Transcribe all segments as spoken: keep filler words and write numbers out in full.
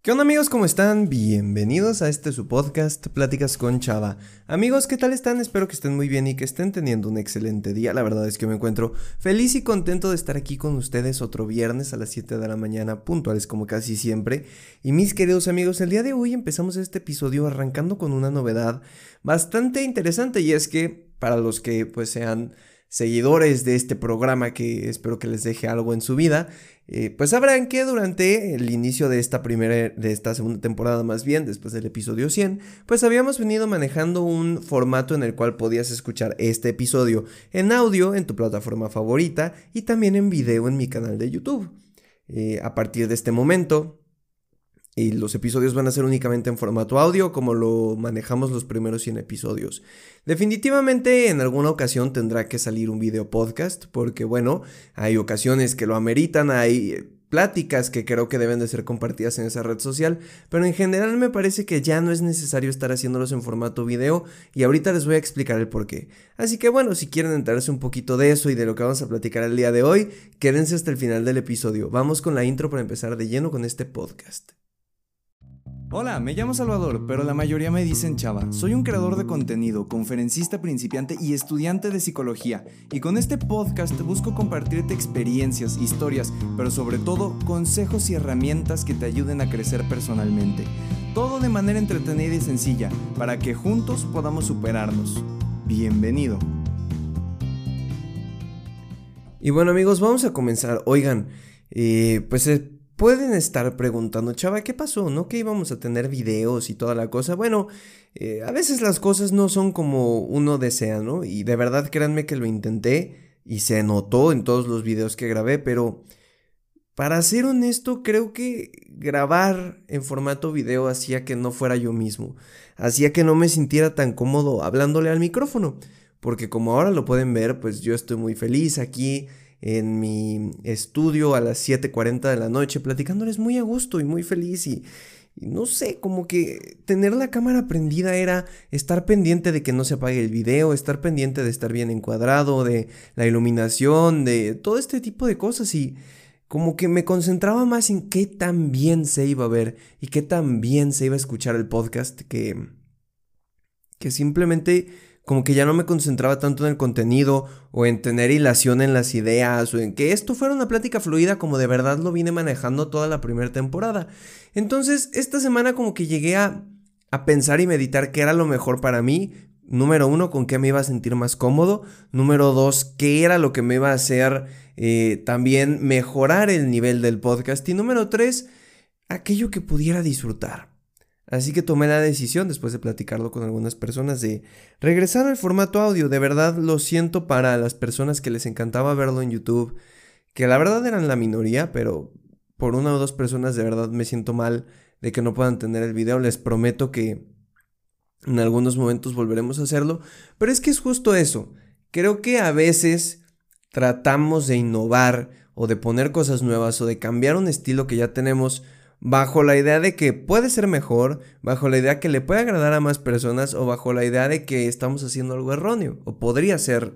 ¿Qué onda amigos? ¿Cómo están? Bienvenidos a este su podcast, Pláticas con Chava. Amigos, ¿qué tal están? Espero que estén muy bien y que estén teniendo un excelente día. La verdad es que me encuentro feliz y contento de estar aquí con ustedes otro viernes a las siete de la mañana, puntuales como casi siempre. Y mis queridos amigos, el día de hoy empezamos este episodio arrancando con una novedad bastante interesante, y es que para los que pues sean seguidores de este programa, que espero que les deje algo en su vida, eh, pues sabrán que durante el inicio de esta primera, de esta segunda temporada más bien, después del episodio cien, pues habíamos venido manejando un formato en el cual podías escuchar este episodio en audio en tu plataforma favorita y también en video en mi canal de YouTube. Eh, a partir de este momento, y los episodios van a ser únicamente en formato audio, como lo manejamos los primeros cien episodios. Definitivamente en alguna ocasión tendrá que salir un video podcast, porque bueno, hay ocasiones que lo ameritan, hay pláticas que creo que deben de ser compartidas en esa red social, pero en general me parece que ya no es necesario estar haciéndolos en formato video, y ahorita les voy a explicar el porqué. Así que bueno, si quieren enterarse un poquito de eso y de lo que vamos a platicar el día de hoy, quédense hasta el final del episodio. Vamos con la intro para empezar de lleno con este podcast. Hola, me llamo Salvador, pero la mayoría me dicen Chava. Soy un creador de contenido, conferencista principiante y estudiante de psicología. Y con este podcast busco compartirte experiencias, historias, pero sobre todo consejos y herramientas que te ayuden a crecer personalmente. Todo de manera entretenida y sencilla, para que juntos podamos superarnos. Bienvenido. Y bueno amigos, vamos a comenzar. Oigan, eh, pues... Eh, Pueden estar preguntando, Chava, ¿qué pasó? ¿No que íbamos a tener videos y toda la cosa? Bueno, eh, a veces las cosas no son como uno desea, ¿no? Y de verdad créanme que lo intenté y se notó en todos los videos que grabé, pero para ser honesto creo que grabar en formato video hacía que no fuera yo mismo, hacía que no me sintiera tan cómodo hablándole al micrófono, porque como ahora lo pueden ver, pues yo estoy muy feliz aquí en mi estudio a las siete cuarenta de la noche, platicándoles muy a gusto y muy feliz, y, y no sé, como que tener la cámara prendida era estar pendiente de que no se apague el video, estar pendiente de estar bien encuadrado, de la iluminación, de todo este tipo de cosas, y como que me concentraba más en qué tan bien se iba a ver y qué tan bien se iba a escuchar el podcast, que, que simplemente como que ya no me concentraba tanto en el contenido o en tener hilación en las ideas o en que esto fuera una plática fluida como de verdad lo vine manejando toda la primera temporada. Entonces esta semana como que llegué a, a pensar y meditar qué era lo mejor para mí. Número uno, con qué me iba a sentir más cómodo. Número dos, qué era lo que me iba a hacer eh, también mejorar el nivel del podcast. Y número tres, aquello que pudiera disfrutar. Así que tomé la decisión, después de platicarlo con algunas personas, de regresar al formato audio. De verdad lo siento para las personas que les encantaba verlo en YouTube, que la verdad eran la minoría, pero por una o dos personas de verdad me siento mal de que no puedan tener el video. Les prometo que en algunos momentos volveremos a hacerlo, pero es que es justo eso. Creo que a veces tratamos de innovar o de poner cosas nuevas o de cambiar un estilo que ya tenemos, bajo la idea de que puede ser mejor, bajo la idea que le puede agradar a más personas, o bajo la idea de que estamos haciendo algo erróneo o podría ser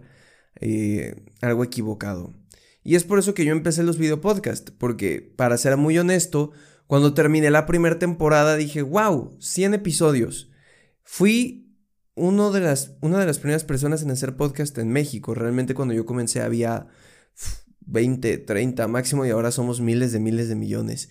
eh, algo equivocado. Y es por eso que yo empecé los videopodcasts, porque para ser muy honesto, cuando terminé la primera temporada dije, wow, cien episodios. Fui uno de las, una de las primeras personas en hacer podcast en México. Realmente cuando yo comencé había veinte, treinta máximo, y ahora somos miles de miles de millones.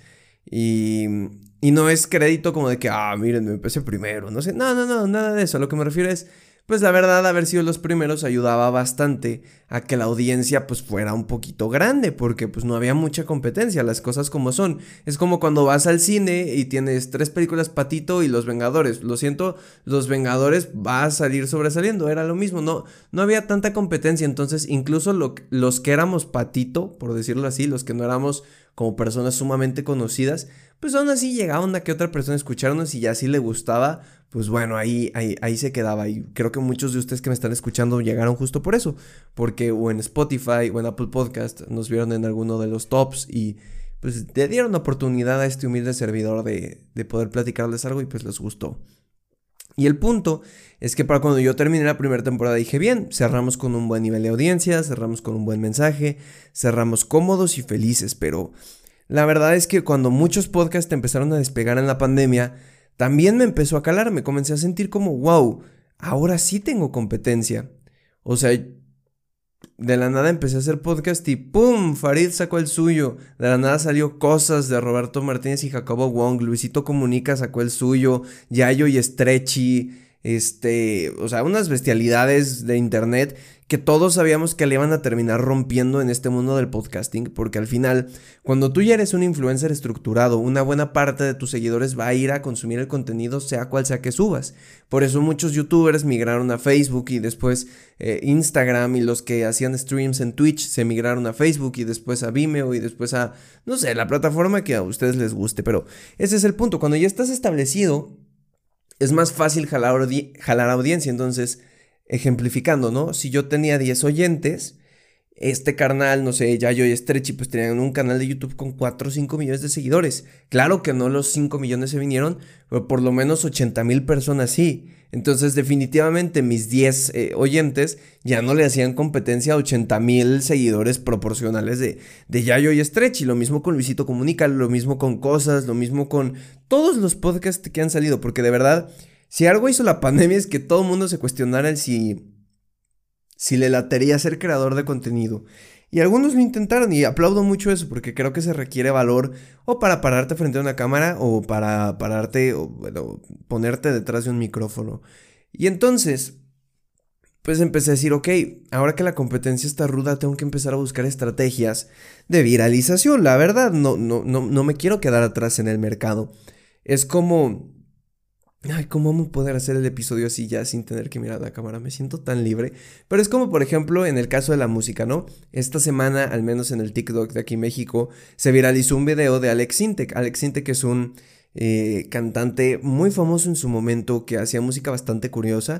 Y, y no es crédito como de que, ah, miren, me empecé primero, no sé, no, no, no, nada de eso. A lo que me refiero es, pues la verdad, haber sido los primeros ayudaba bastante a que la audiencia pues fuera un poquito grande, porque pues no había mucha competencia, las cosas como son. Es como cuando vas al cine y tienes tres películas, Patito y Los Vengadores. Lo siento, Los Vengadores va a salir sobresaliendo, era lo mismo, no, no había tanta competencia. Entonces incluso lo, los que éramos Patito, por decirlo así, los que no éramos como personas sumamente conocidas, pues aún así llegaba una que otra persona a escucharnos, y ya si le gustaba, pues bueno, ahí, ahí, ahí se quedaba. Y creo que muchos de ustedes que me están escuchando llegaron justo por eso, porque o en Spotify o en Apple Podcast nos vieron en alguno de los tops y pues le dieron la oportunidad a este humilde servidor de, de poder platicarles algo, y pues les gustó. Y el punto es que para cuando yo terminé la primera temporada dije, bien, cerramos con un buen nivel de audiencia, cerramos con un buen mensaje, cerramos cómodos y felices, pero la verdad es que cuando muchos podcasts empezaron a despegar en la pandemia, también me empezó a calar, me comencé a sentir como, wow, ahora sí tengo competencia. O sea, de la nada empecé a hacer podcast y ¡pum! Farid sacó el suyo. De la nada salió Cosas de Roberto Martínez y Jacobo Wong. Luisito Comunica sacó el suyo. Yayo y Stretchy. Este, o sea, unas bestialidades de internet que todos sabíamos que le iban a terminar rompiendo en este mundo del podcasting, porque al final, cuando tú ya eres un influencer estructurado, una buena parte de tus seguidores va a ir a consumir el contenido sea cual sea que subas. Por eso muchos youtubers migraron a Facebook y después eh, Instagram, y los que hacían streams en Twitch se migraron a Facebook y después a Vimeo y después a, no sé, la plataforma que a ustedes les guste, pero ese es el punto. Cuando ya estás establecido, es más fácil jalar, audi- jalar audiencia. Entonces, ejemplificando, ¿no? Si yo tenía diez oyentes, este carnal, no sé, Yayo y Stretchy, pues tenían un canal de YouTube con cuatro o cinco millones de seguidores. Claro que no los cinco millones se vinieron, pero por lo menos ochenta mil personas sí. Entonces, definitivamente mis diez eh, oyentes ya no le hacían competencia a ochenta mil seguidores proporcionales de, de Yayo y Stretchy. Lo mismo con Luisito Comunica, lo mismo con Cosas, lo mismo con todos los podcasts que han salido. Porque de verdad, si algo hizo la pandemia es que todo el mundo se cuestionara el si... si le latería ser creador de contenido. Y algunos lo intentaron y aplaudo mucho eso porque creo que se requiere valor o para pararte frente a una cámara o para pararte o bueno, ponerte detrás de un micrófono. Y entonces, pues empecé a decir, ok, ahora que la competencia está ruda, tengo que empezar a buscar estrategias de viralización. La verdad, no, no, no, no me quiero quedar atrás en el mercado. Es como... Ay, ¿cómo vamos a poder hacer el episodio así ya sin tener que mirar a la cámara? Me siento tan libre. Pero es como, por ejemplo, en el caso de la música, ¿no? Esta semana, al menos en el TikTok de aquí en México, se viralizó un video de Alex Sintek. Alex Sintek es un eh, cantante muy famoso en su momento que hacía música bastante curiosa.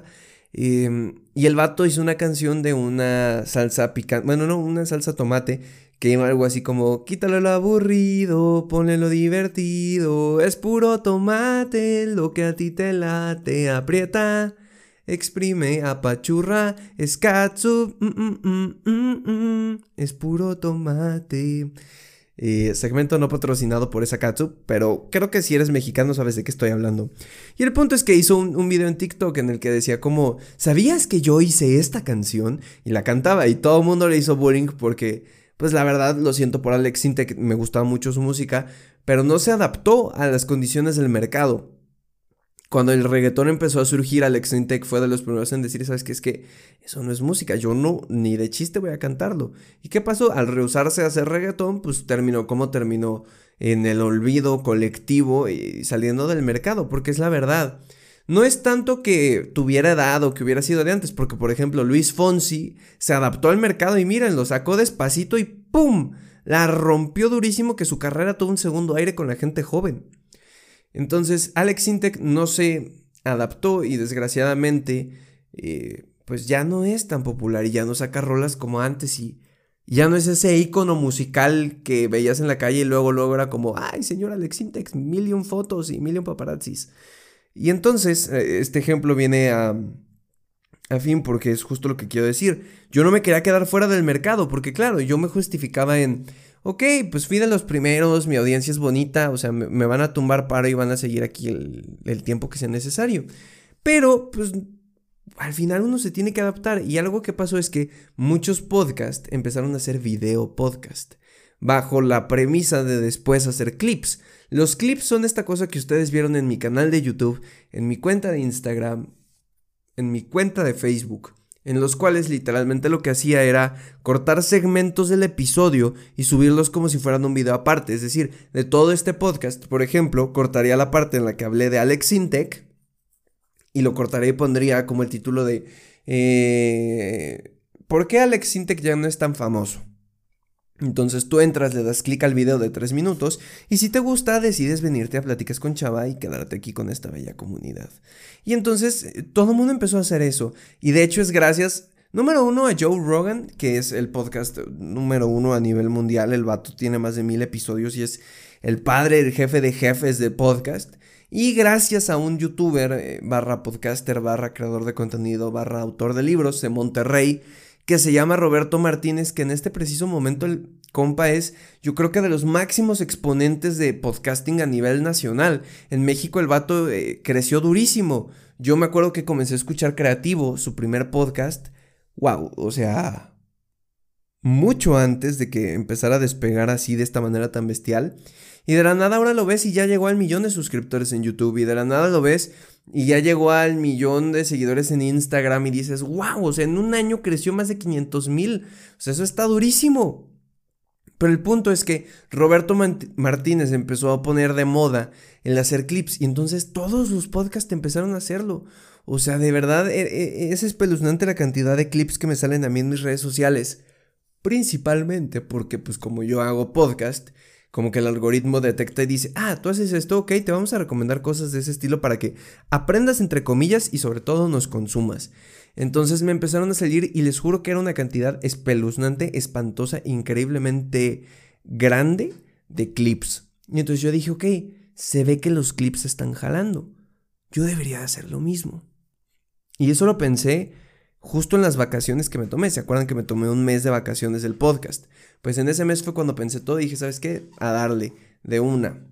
Eh, y el vato hizo una canción de una salsa picante, bueno, no, una salsa tomate, que iba algo así como, quítale lo aburrido, ponle lo divertido, es puro tomate, lo que a ti te late, aprieta, exprime, apachurra, es catsup, mm, mm, mm, mm, mm, es puro tomate. Eh, segmento no patrocinado por esa catsup, pero creo que si eres mexicano sabes de qué estoy hablando. Y el punto es que hizo un, un video en TikTok en el que decía como, ¿sabías que yo hice esta canción? Y la cantaba y todo el mundo le hizo bullying porque, pues la verdad, lo siento por Alex Sintek, me gustaba mucho su música, pero no se adaptó a las condiciones del mercado. Cuando el reggaetón empezó a surgir, Alex Sintek fue de los primeros en decir, ¿sabes qué? Es que eso no es música, yo no, ni de chiste voy a cantarlo. ¿Y qué pasó? Al rehusarse a hacer reggaetón, pues terminó como terminó, en el olvido colectivo y saliendo del mercado, porque es la verdad. No es tanto que tuviera edad o que hubiera sido de antes, porque por ejemplo Luis Fonsi se adaptó al mercado y miren, lo sacó despacito y ¡pum! La rompió durísimo, que su carrera tuvo un segundo aire con la gente joven. Entonces Alex Sintek no se adaptó y desgraciadamente eh, pues ya no es tan popular y ya no saca rolas como antes y ya no es ese ícono musical que veías en la calle y luego luego era como, ay señor Alex Sintek, million fotos y million paparazzis. Y entonces este ejemplo viene a, a fin porque es justo lo que quiero decir. Yo no me quería quedar fuera del mercado porque claro, yo me justificaba en... Ok, pues fui de los primeros, mi audiencia es bonita, o sea, me, me van a tumbar paro y van a seguir aquí el, el tiempo que sea necesario. Pero, pues, al final uno se tiene que adaptar. Y algo que pasó es que muchos podcasts empezaron a hacer video podcast, bajo la premisa de después hacer clips. Los clips son esta cosa que ustedes vieron en mi canal de YouTube, en mi cuenta de Instagram, en mi cuenta de Facebook, en los cuales literalmente lo que hacía era cortar segmentos del episodio y subirlos como si fueran un video aparte. Es decir, de todo este podcast, por ejemplo, cortaría la parte en la que hablé de Alex Sintek y lo cortaría y pondría como el título de eh, ¿por qué Alex Sintek ya no es tan famoso? Entonces tú entras, le das clic al video de tres minutos y si te gusta decides venirte a Pláticas con Chava y quedarte aquí con esta bella comunidad. Y entonces todo el mundo empezó a hacer eso y de hecho es gracias, número uno, a Joe Rogan, que es el podcast número uno a nivel mundial. El vato tiene más de mil episodios y es el padre, el jefe de jefes de podcast. Y gracias a un youtuber, eh, barra podcaster, barra creador de contenido, barra autor de libros de Monterrey, que se llama Roberto Martínez, que en este preciso momento el compa es, yo creo que de los máximos exponentes de podcasting a nivel nacional. En México el vato eh, creció durísimo. Yo me acuerdo que comencé a escuchar Creativo, su primer podcast. Wow, o sea, mucho antes de que empezara a despegar así de esta manera tan bestial. Y de la nada ahora lo ves y ya llegó al millón de suscriptores en YouTube. Y de la nada lo ves y ya llegó al millón de seguidores en Instagram. Y dices, wow, o sea, en un año creció más de quinientos mil. O sea, eso está durísimo. Pero el punto es que Roberto Martínez empezó a poner de moda el hacer clips. Y entonces todos los podcasts empezaron a hacerlo. O sea, de verdad es espeluznante la cantidad de clips que me salen a mí en mis redes sociales. Principalmente porque pues como yo hago podcast, como que el algoritmo detecta y dice, ah, tú haces esto, ok, te vamos a recomendar cosas de ese estilo para que aprendas entre comillas y sobre todo nos consumas. Entonces me empezaron a salir y les juro que era una cantidad espeluznante, espantosa, increíblemente grande de clips. Y entonces yo dije, ok, se ve que los clips están jalando. Yo debería hacer lo mismo. Y eso lo pensé justo en las vacaciones que me tomé. ¿Se acuerdan que me tomé un mes de vacaciones del podcast? Pues en ese mes fue cuando pensé todo y dije, ¿sabes qué? A darle, de una.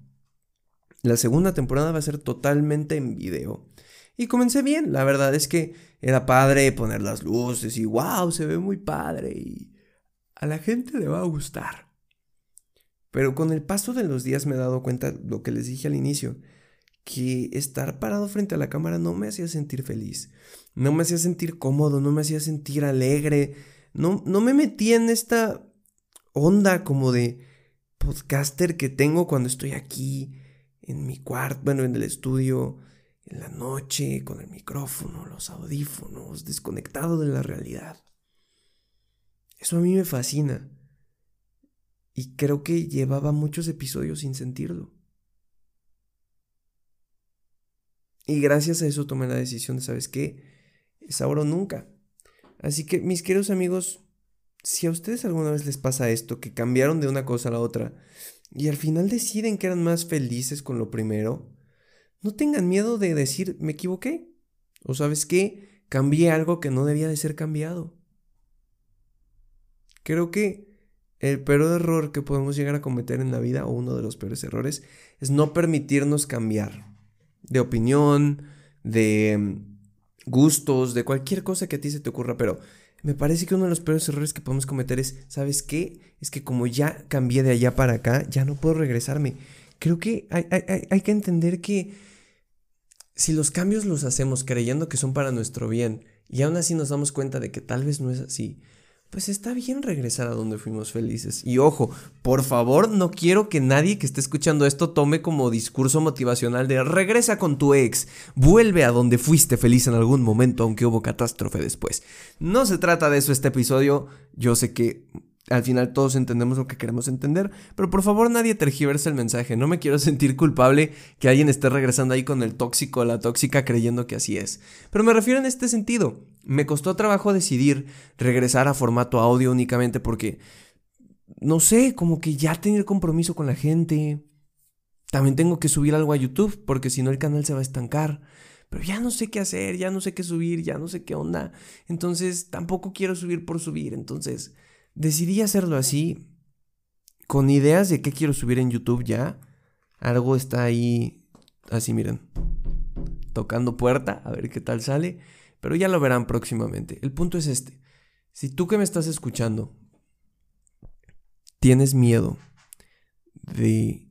La segunda temporada va a ser totalmente en video. Y comencé bien, la verdad es que era padre poner las luces y wow, se ve muy padre y a la gente le va a gustar. Pero con el paso de los días me he dado cuenta, lo que les dije al inicio, que estar parado frente a la cámara no me hacía sentir feliz, no me hacía sentir cómodo, no me hacía sentir alegre, no, no me metí en esta onda como de podcaster que tengo cuando estoy aquí en mi cuarto, bueno, en el estudio, en la noche, con el micrófono, los audífonos, desconectado de la realidad. Eso a mí me fascina. Y creo que llevaba muchos episodios sin sentirlo. Y gracias a eso tomé la decisión de, ¿sabes qué? Es ahora o nunca. Así que, mis queridos amigos, si a ustedes alguna vez les pasa esto, que cambiaron de una cosa a la otra, y al final deciden que eran más felices con lo primero, no tengan miedo de decir, me equivoqué. O ¿sabes qué? Cambié algo que no debía de ser cambiado. Creo que el peor error que podemos llegar a cometer en la vida, o uno de los peores errores, es no permitirnos cambiar de opinión, de gustos, de cualquier cosa que a ti se te ocurra, pero me parece que uno de los peores errores que podemos cometer es, ¿sabes qué? Es que como ya cambié de allá para acá, ya no puedo regresarme. Creo que hay, hay, hay que entender que si los cambios los hacemos creyendo que son para nuestro bien y aún así nos damos cuenta de que tal vez no es así, pues está bien regresar a donde fuimos felices. Y ojo, por favor, no quiero que nadie que esté escuchando esto tome como discurso motivacional de regresa con tu ex, vuelve a donde fuiste feliz en algún momento aunque hubo catástrofe después. No se trata de eso este episodio, yo sé que al final todos entendemos lo que queremos entender, pero por favor nadie tergiverse el mensaje. No me quiero sentir culpable que alguien esté regresando ahí con el tóxico o la tóxica creyendo que así es. Pero me refiero en este sentido. Me costó trabajo decidir regresar a formato audio únicamente porque, no sé, como que ya tener compromiso con la gente. También tengo que subir algo a YouTube porque si no el canal se va a estancar. Pero ya no sé qué hacer, ya no sé qué subir, ya no sé qué onda. Entonces tampoco quiero subir por subir, entonces decidí hacerlo así, con ideas de qué quiero subir en YouTube ya. Algo está ahí, así miren, tocando puerta, a ver qué tal sale. Pero ya lo verán próximamente. El punto es este. Si tú que me estás escuchando tienes miedo de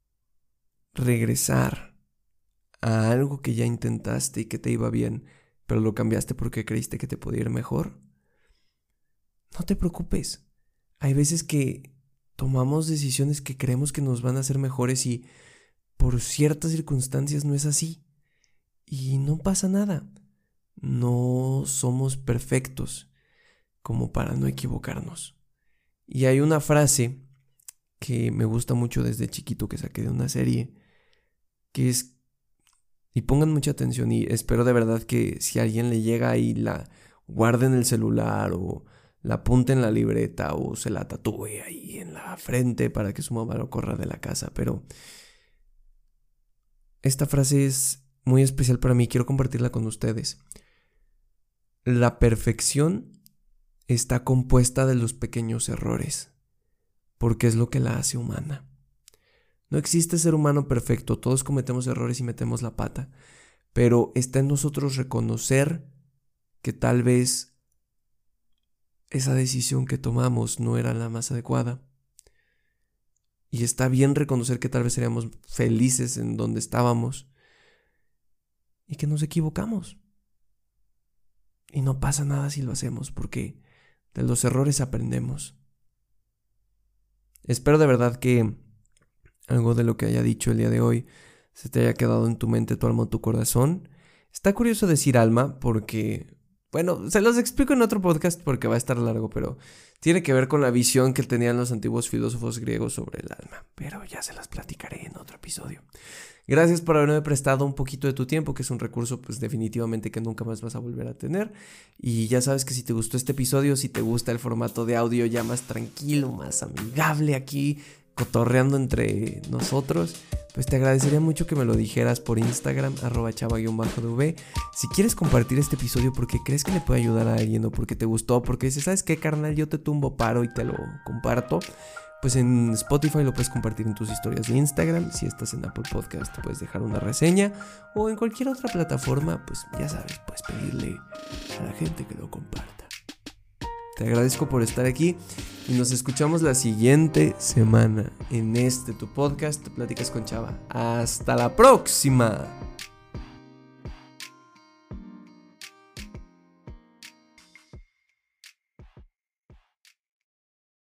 regresar a algo que ya intentaste y que te iba bien, pero lo cambiaste porque creíste que te podía ir mejor, no te preocupes. Hay veces que tomamos decisiones que creemos que nos van a hacer mejores y por ciertas circunstancias no es así. Y no pasa nada. No somos perfectos como para no equivocarnos. Y hay una frase que me gusta mucho desde chiquito que saqué de una serie, que es, y pongan mucha atención y espero de verdad que si a alguien le llega ahí la guarde en el celular o la apunte en la libreta o se la tatúe ahí en la frente para que su mamá lo corra de la casa. Pero esta frase es muy especial para mí, quiero compartirla con ustedes. La perfección está compuesta de los pequeños errores, porque es lo que la hace humana. No existe ser humano perfecto, todos cometemos errores y metemos la pata, pero está en nosotros reconocer que tal vez esa decisión que tomamos no era la más adecuada. Y está bien reconocer que tal vez seríamos felices en donde estábamos y que nos equivocamos. Y no pasa nada si lo hacemos, porque de los errores aprendemos. Espero de verdad que algo de lo que haya dicho el día de hoy se te haya quedado en tu mente, tu alma o tu corazón. Está curioso decir alma porque, bueno, se los explico en otro podcast porque va a estar largo, pero tiene que ver con la visión que tenían los antiguos filósofos griegos sobre el alma. Pero ya se las platicaré en otro episodio. Gracias por haberme prestado un poquito de tu tiempo, que es un recurso pues definitivamente que nunca más vas a volver a tener. Y ya sabes que si te gustó este episodio, si te gusta el formato de audio ya más tranquilo, más amigable aquí, cotorreando entre nosotros, pues te agradecería mucho que me lo dijeras por Instagram, arroba chava-dv. Si quieres compartir este episodio porque crees que le puede ayudar a alguien o porque te gustó, porque dices, ¿sabes qué, carnal? Yo te tumbo paro y te lo comparto. Pues en Spotify lo puedes compartir en tus historias de Instagram. Si estás en Apple Podcast puedes dejar una reseña. O en cualquier otra plataforma, pues ya sabes, puedes pedirle a la gente que lo comparta. Te agradezco por estar aquí y nos escuchamos la siguiente semana en este tu podcast, Pláticas con Chava. ¡Hasta la próxima!